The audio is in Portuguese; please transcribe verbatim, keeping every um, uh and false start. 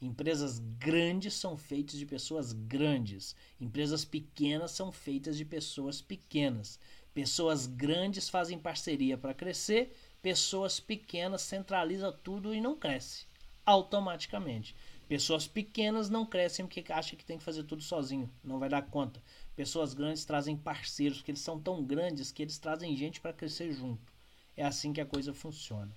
Empresas grandes são feitas de pessoas grandes. Empresas pequenas são feitas de pessoas pequenas. Pessoas grandes fazem parceria para crescer. Pessoas pequenas centralizam tudo e não cresce automaticamente. Pessoas pequenas não crescem porque acham que tem que fazer tudo sozinho. Não vai dar conta. Pessoas grandes trazem parceiros, porque eles são tão grandes que eles trazem gente para crescer junto. É assim que a coisa funciona.